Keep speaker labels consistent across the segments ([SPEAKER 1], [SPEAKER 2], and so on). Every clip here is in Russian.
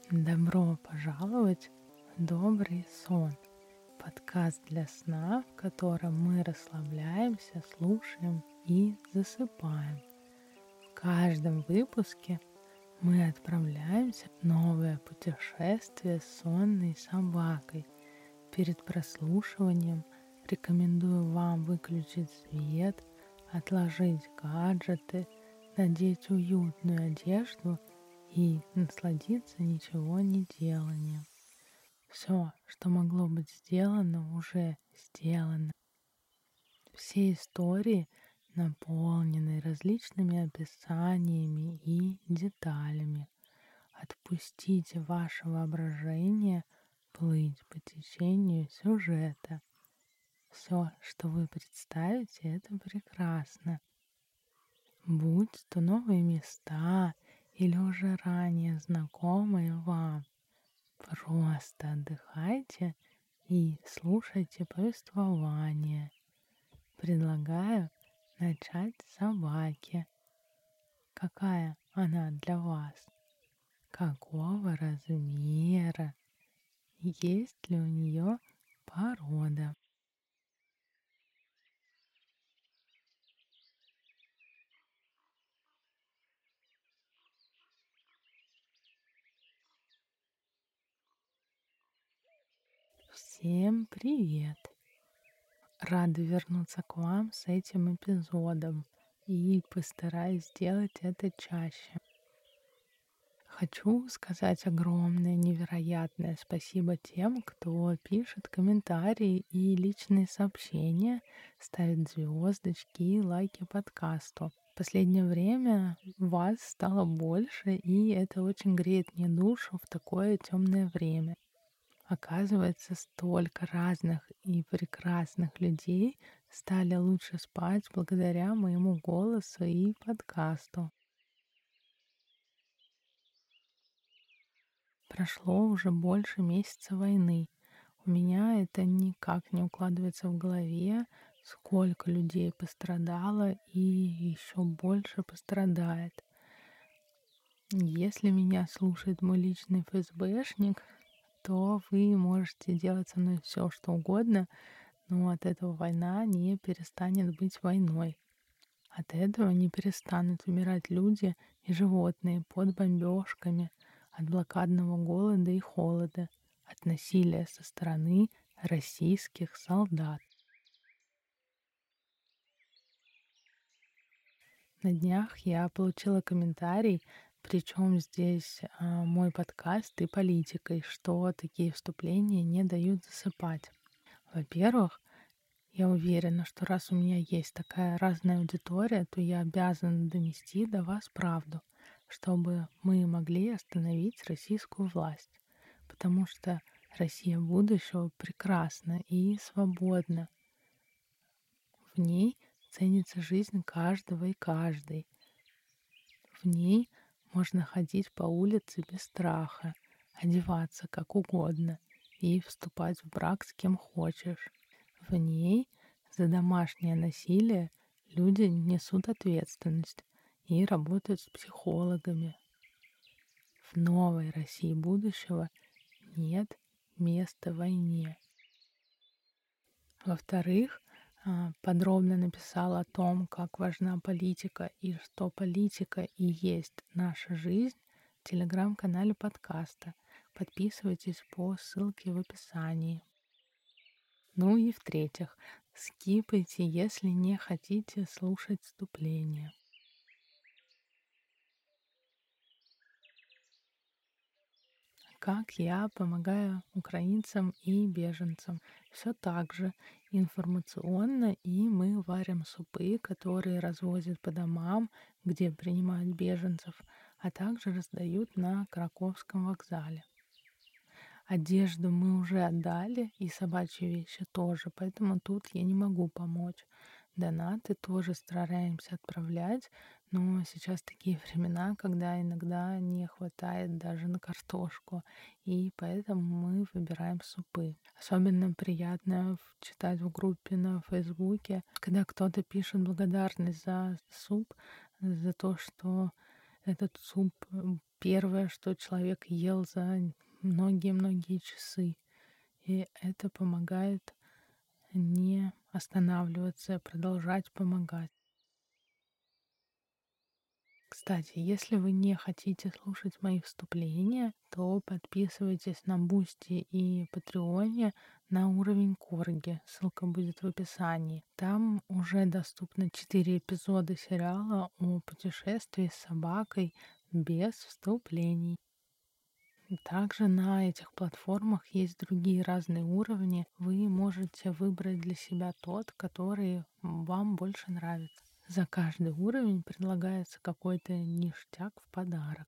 [SPEAKER 1] Добро пожаловать в «Добрый сон» — подкаст для сна, в котором мы расслабляемся, слушаем и засыпаем. В каждом выпуске мы отправляемся в новое путешествие с сонной собакой. Перед прослушиванием рекомендую вам выключить свет, отложить гаджеты, надеть уютную одежду и насладиться ничего не деланием. Все, что могло быть сделано, уже сделано. Все истории наполнены различными описаниями и деталями. Отпустите ваше воображение плыть по течению сюжета. Все, что вы представите, это прекрасно. Будь то новые места или уже ранее знакомые вам. Просто отдыхайте и слушайте повествование. Предлагаю начать с собаки. Какая она для вас? Какого размера? Есть ли у нее порода? Всем привет! Рада вернуться к вам с этим эпизодом и постараюсь сделать это чаще. Хочу сказать огромное, невероятное спасибо тем, кто пишет комментарии и личные сообщения, ставит звездочки и лайки подкасту. В последнее время вас стало больше, и это очень греет мне душу в такое темное время. Оказывается, столько разных и прекрасных людей стали лучше спать благодаря моему голосу и подкасту. Прошло уже больше месяца войны. У меня это никак не укладывается в голове, сколько людей пострадало и еще больше пострадает. Если меня слушает мой личный ФСБшник, то вы можете делать со мной все, что угодно, но от этого война не перестанет быть войной. От этого не перестанут умирать люди и животные под бомбежками, от блокадного голода и холода, от насилия со стороны российских солдат. На днях я получила комментарий, причем здесь мой подкаст и политика, и что такие вступления не дают засыпать. Во-первых, я уверена, что раз у меня есть такая разная аудитория, то я обязана донести до вас правду, чтобы мы могли остановить российскую власть. Потому что Россия будущего прекрасна и свободна. В ней ценится жизнь каждого и каждой. В ней можно ходить по улице без страха, одеваться как угодно и вступать в брак с кем хочешь. В ней за домашнее насилие люди несут ответственность и работают с психологами. В новой России будущего нет места войне. Во-вторых, подробно написала о том, как важна политика и что политика и есть наша жизнь в телеграм-канале подкаста. Подписывайтесь по ссылке в описании. Ну и в-третьих, скипайте, если не хотите слушать вступление. Как я помогаю украинцам и беженцам? Все так же информационно, и мы варим супы, которые развозят по домам, где принимают беженцев, а также раздают на Краковском вокзале. Одежду мы уже отдали, и собачьи вещи тоже, поэтому тут я не могу помочь. Донаты тоже стараемся отправлять, но сейчас такие времена, когда иногда не хватает даже на картошку, и поэтому мы выбираем супы. Особенно приятно читать в группе на Фейсбуке, когда кто-то пишет благодарность за суп, за то, что этот суп первое, что человек ел за многие-многие часы. И это помогает не останавливаться, продолжать помогать. Кстати, если вы не хотите слушать мои вступления, то подписывайтесь на Бусти и Патреоне на уровень Корги. Ссылка будет в описании. Там уже доступно 4 эпизода сериала о путешествии с собакой без вступлений. Также на этих платформах есть другие разные уровни. Вы можете выбрать для себя тот, который вам больше нравится. За каждый уровень предлагается какой-то ништяк в подарок.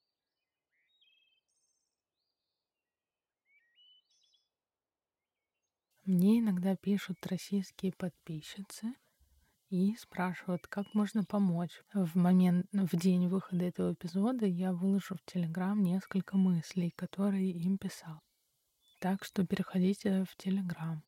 [SPEAKER 1] Мне иногда пишут российские подписчицы и спрашивают, как можно помочь. В день выхода этого эпизода я выложу в Телеграм несколько мыслей, которые им писал. Так что переходите в Телеграм.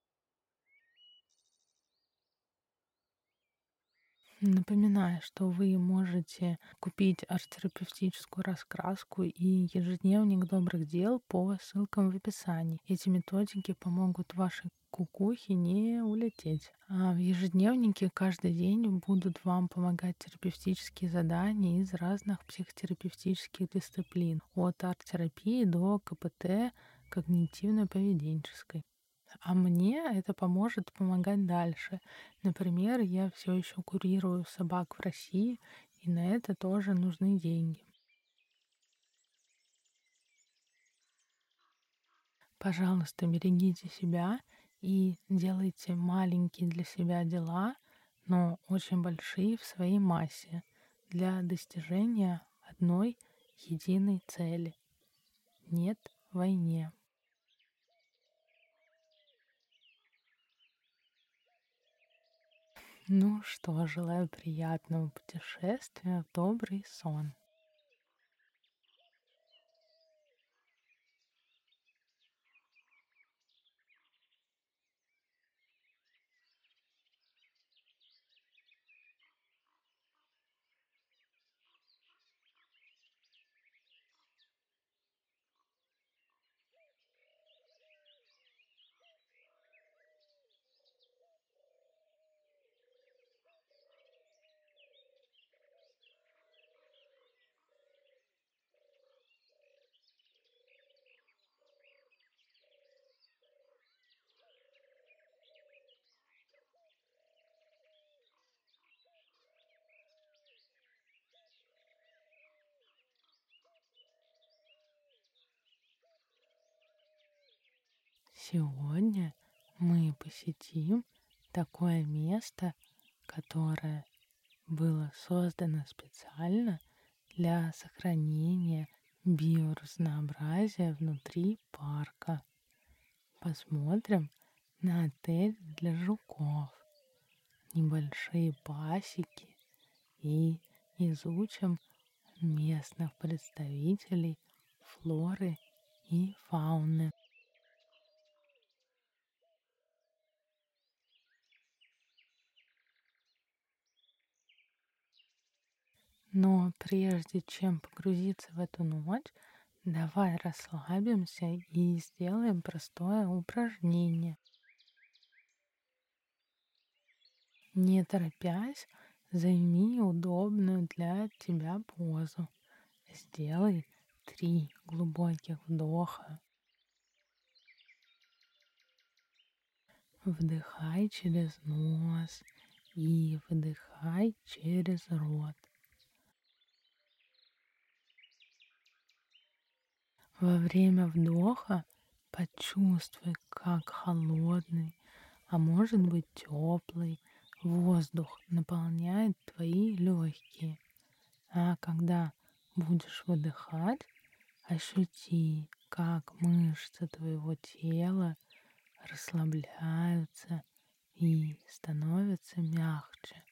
[SPEAKER 1] Напоминаю, что вы можете купить арт-терапевтическую раскраску и ежедневник добрых дел по ссылкам в описании. Эти методики помогут вашей кукухе не улететь. А в ежедневнике каждый день будут вам помогать терапевтические задания из разных психотерапевтических дисциплин, от арт-терапии до КПТ, когнитивно-поведенческой. А мне это поможет помогать дальше. Например, я все еще курирую собак в России, и на это тоже нужны деньги. Пожалуйста, берегите себя и делайте маленькие для себя дела, но очень большие в своей массе для достижения одной единой цели. Нет войне. Ну что, желаю приятного путешествия в добрый сон. Сегодня мы посетим такое место, которое было создано специально для сохранения биоразнообразия внутри парка. Посмотрим на отель для жуков, небольшие пасеки и изучим местных представителей флоры и фауны. Но прежде чем погрузиться в эту ночь, давай расслабимся и сделаем простое упражнение. Не торопясь, займи удобную для тебя позу. Сделай 3 глубоких вдоха. Вдыхай через нос и выдыхай через рот. Во время вдоха почувствуй, как холодный, а может быть теплый воздух наполняет твои легкие. А когда будешь выдыхать, ощути, как мышцы твоего тела расслабляются и становятся мягче.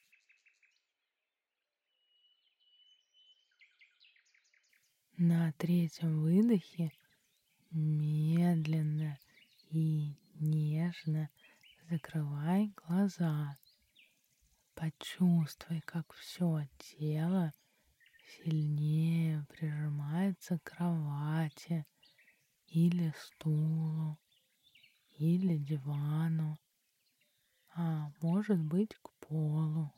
[SPEAKER 1] На третьем выдохе медленно и нежно закрывай глаза. Почувствуй, как все тело сильнее прижимается к кровати или стулу, или дивану, а может быть к полу.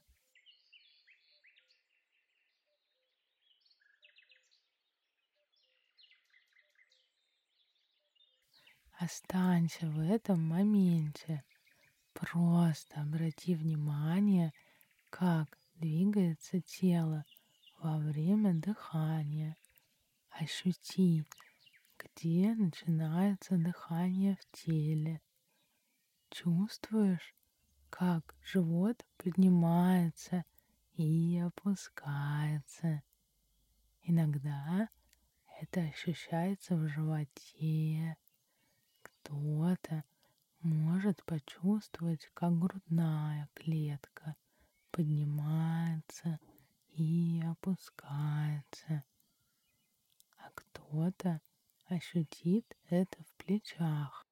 [SPEAKER 1] Останься в этом моменте. Просто обрати внимание, как двигается тело во время дыхания. Ощути, где начинается дыхание в теле. Чувствуешь, как живот поднимается и опускается. Иногда это ощущается в животе. Кто-то может почувствовать, как грудная клетка поднимается и опускается, а кто-то ощутит это в плечах.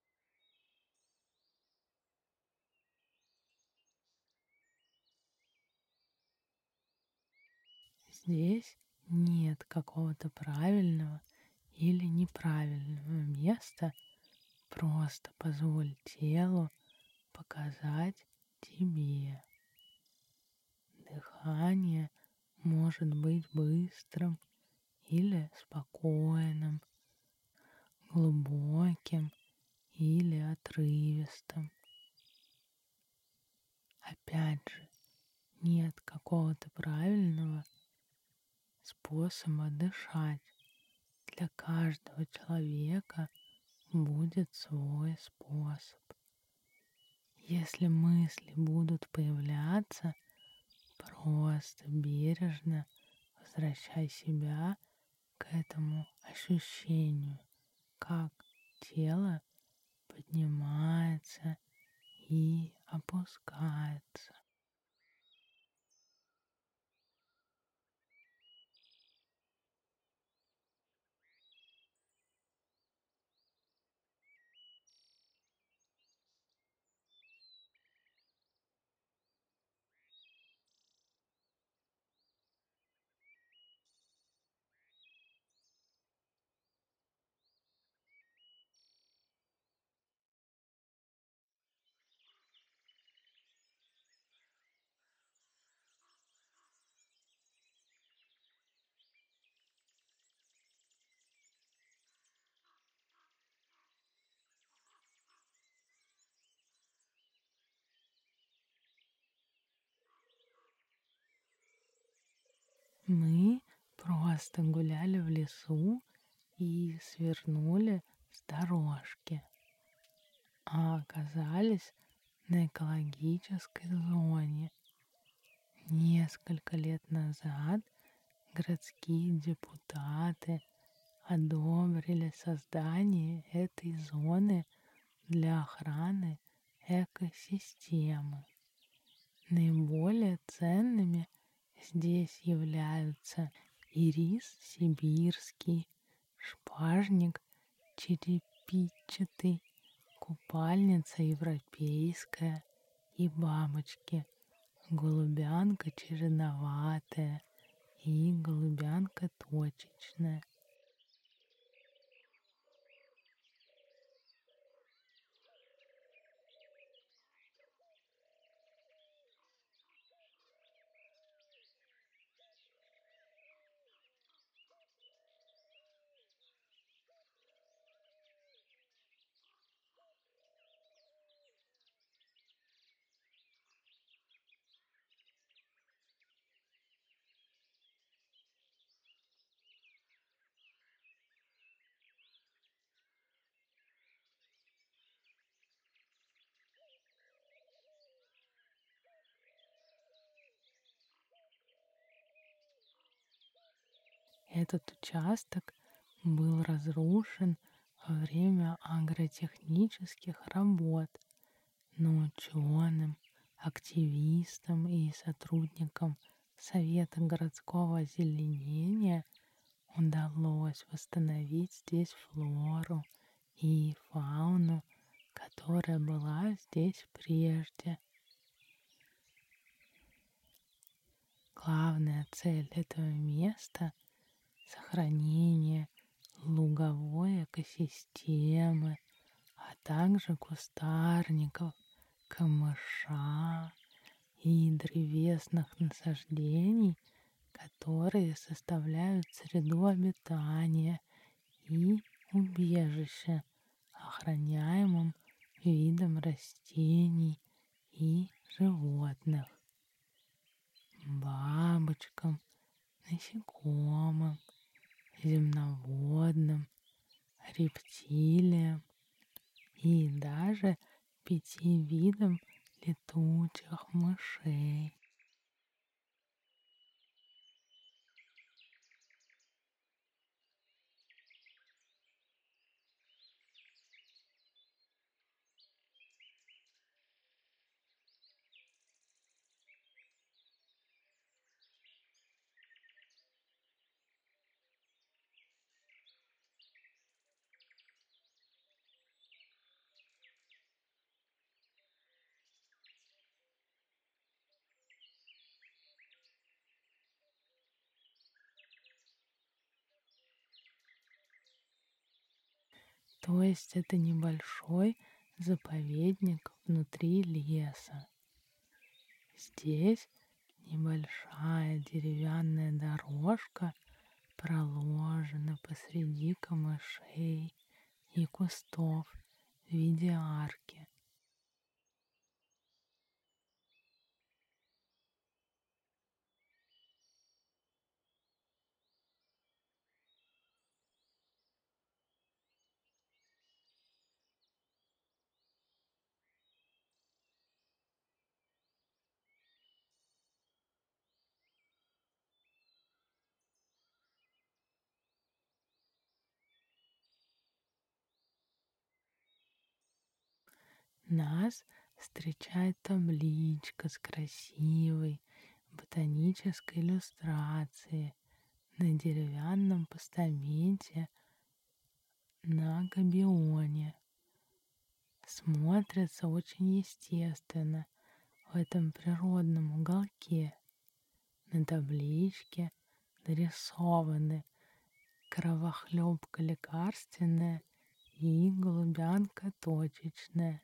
[SPEAKER 1] Здесь нет какого-то правильного или неправильного места, просто позволь телу показать тебе. Дыхание может быть быстрым или спокойным, глубоким или отрывистым. Опять же, нет какого-то правильного способа дышать. Для каждого человека будет свой способ. Если мысли будут появляться, просто бережно возвращай себя к этому ощущению, как тело поднимается и опускается. Мы просто гуляли в лесу и свернули с дорожки, а оказались на экологической зоне. Несколько лет назад городские депутаты одобрили создание этой зоны для охраны экосистемы. Наиболее ценными здесь являются ирис сибирский, шпажник черепичатый, купальница европейская и бабочки, голубянка чередоватая и голубянка точечная. Этот участок был разрушен во время агротехнических работ, но ученым, активистам и сотрудникам Совета городского озеленения удалось восстановить здесь флору и фауну, которая была здесь прежде. Главная цель этого места — сохранение луговой экосистемы, а также кустарников, камыша и древесных насаждений, которые составляют среду обитания и убежище охраняемым видам растений и животных, бабочкам, насекомым, земноводным, рептилиям и даже 5 видам летучих мышей. То есть это небольшой заповедник внутри леса. Здесь небольшая деревянная дорожка проложена посреди камышей и кустов в виде арки. Нас встречает табличка с красивой ботанической иллюстрацией на деревянном постаменте на габионе. Смотрится очень естественно в этом природном уголке. На табличке нарисованы кровохлебка лекарственная и голубянка точечная.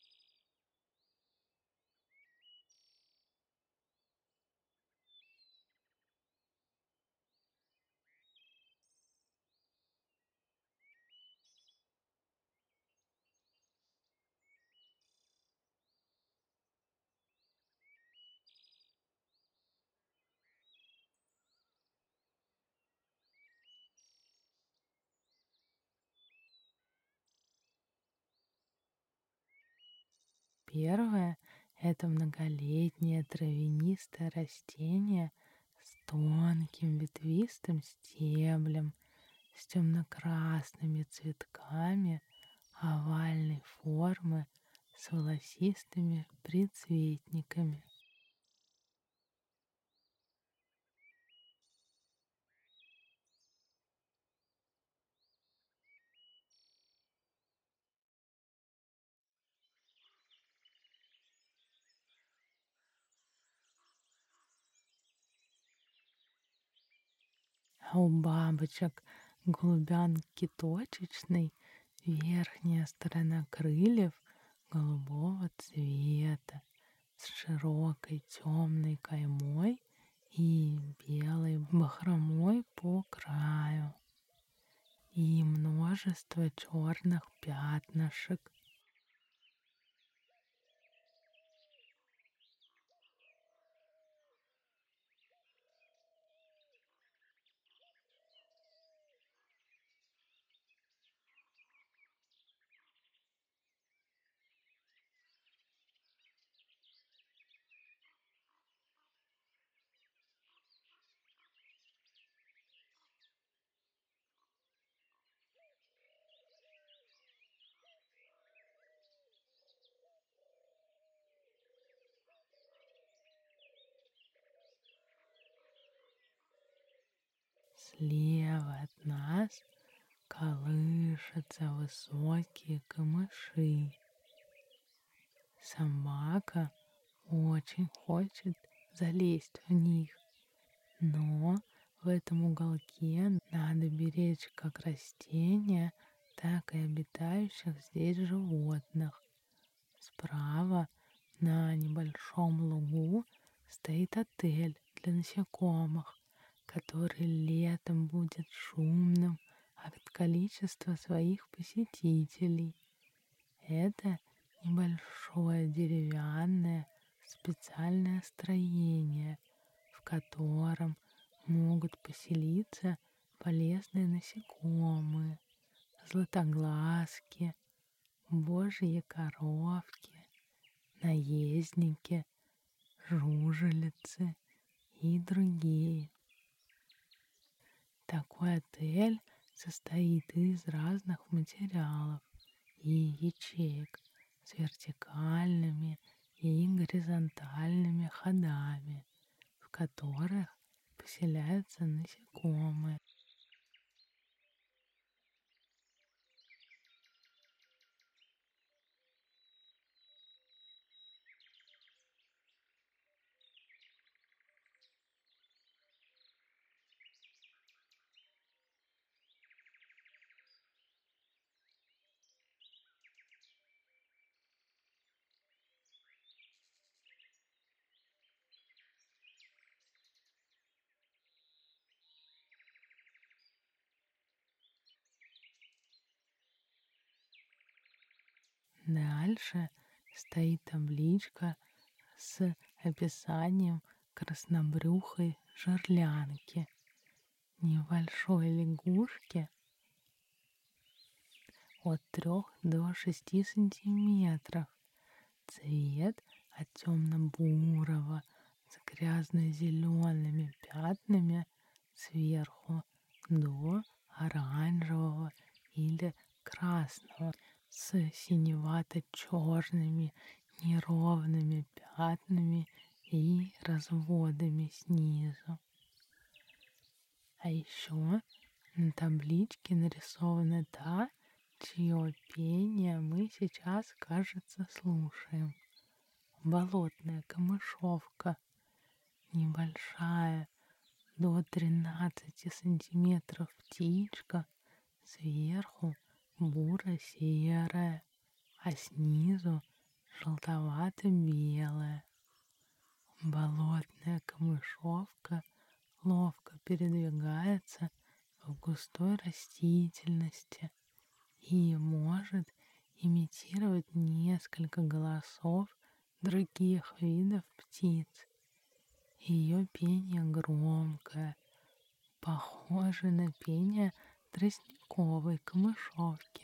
[SPEAKER 1] Первое — это многолетнее травянистое растение с тонким ветвистым стеблем, с темно-красными цветками овальной формы с волосистыми прицветниками. А у бабочек голубянки точечной верхняя сторона крыльев голубого цвета с широкой темной каймой и белой бахромой по краю и множество черных пятнышек. Слева от нас колышутся высокие камыши. Собака очень хочет залезть в них, Но в этом уголке надо беречь как растения, так и обитающих здесь животных. Справа на небольшом лугу стоит отель для насекомых, который летом будет шумным от количества своих посетителей. Это небольшое деревянное специальное строение, в котором могут поселиться полезные насекомые, златоглазки, божьи коровки, наездники, жужелицы и другие. Такой отель состоит из разных материалов и ячеек с вертикальными и горизонтальными ходами, в которых поселяются насекомые. Дальше стоит табличка с описанием краснобрюхой жерлянки, небольшой лягушки от 3 до 6 сантиметров. Цвет от темно-бурого с грязно-зелеными пятнами сверху до оранжевого или красного с синевато-черными неровными пятнами и разводами снизу. А еще на табличке нарисована та, чье пение мы сейчас, кажется, слушаем. Болотная камышовка, небольшая, до 13 сантиметров птичка, сверху буро-серая, а снизу желтовато-белая. Болотная камышовка ловко передвигается в густой растительности и может имитировать несколько голосов других видов птиц. Ее пение громкое, похоже на пение тростниковой камышовки.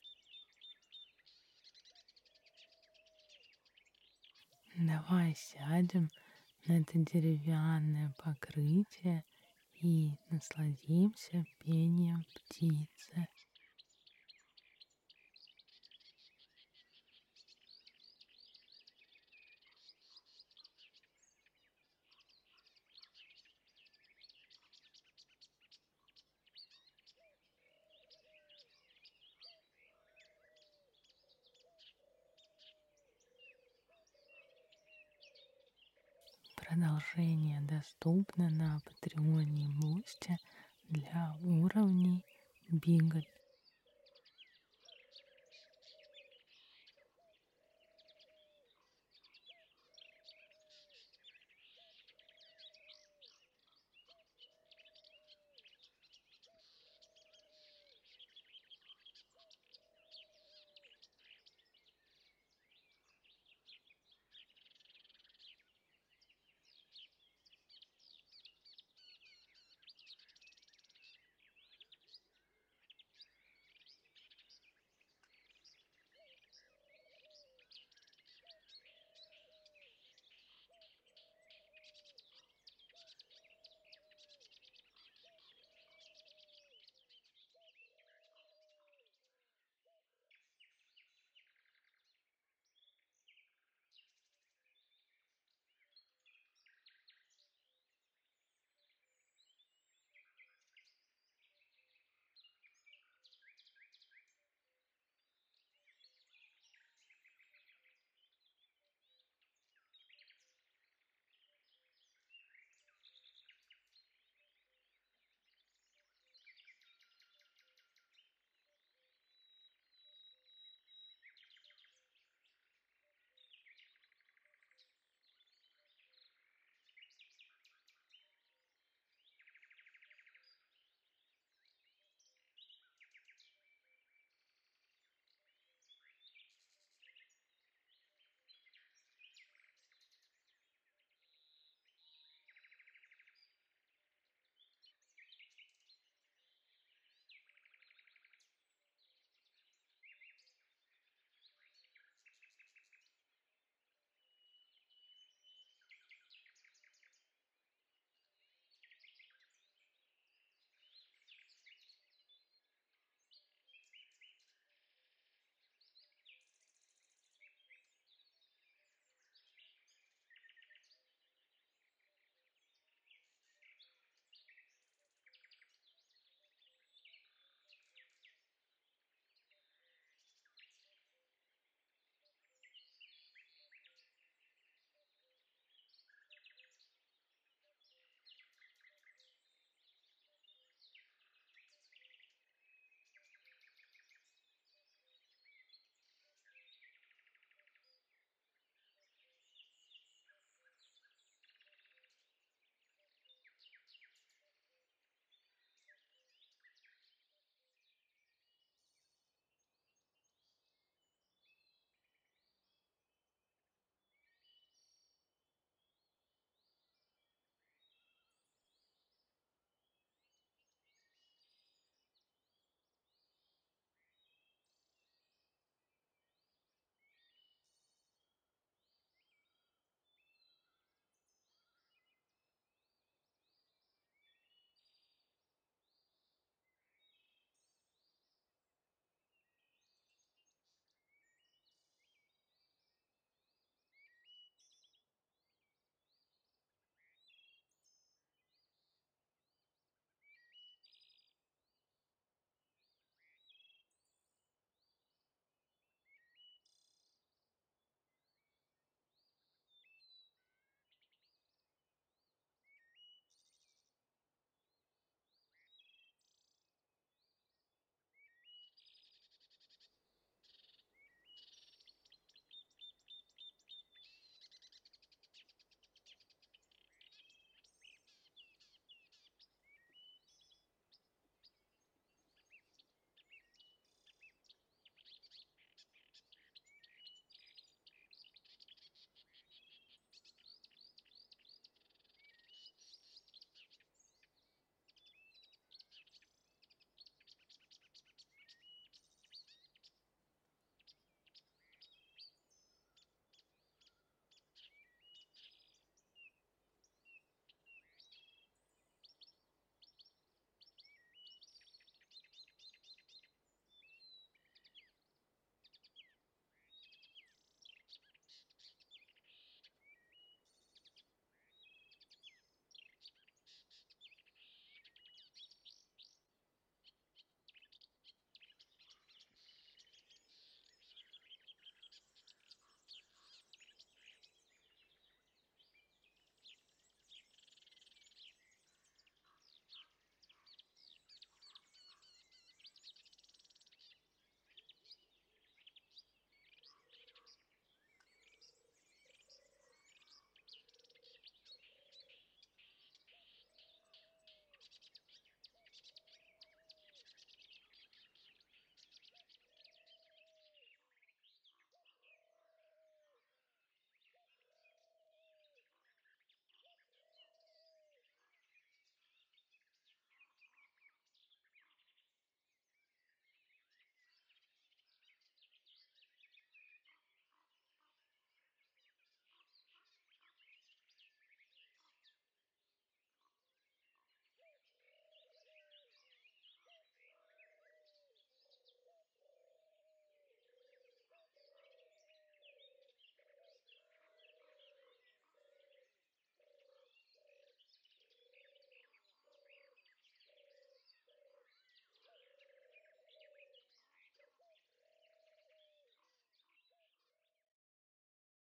[SPEAKER 1] Давай сядем на это деревянное покрытие и насладимся пением птицы. Продолжение доступно на Патреоне и Бусти для уровней Бигль.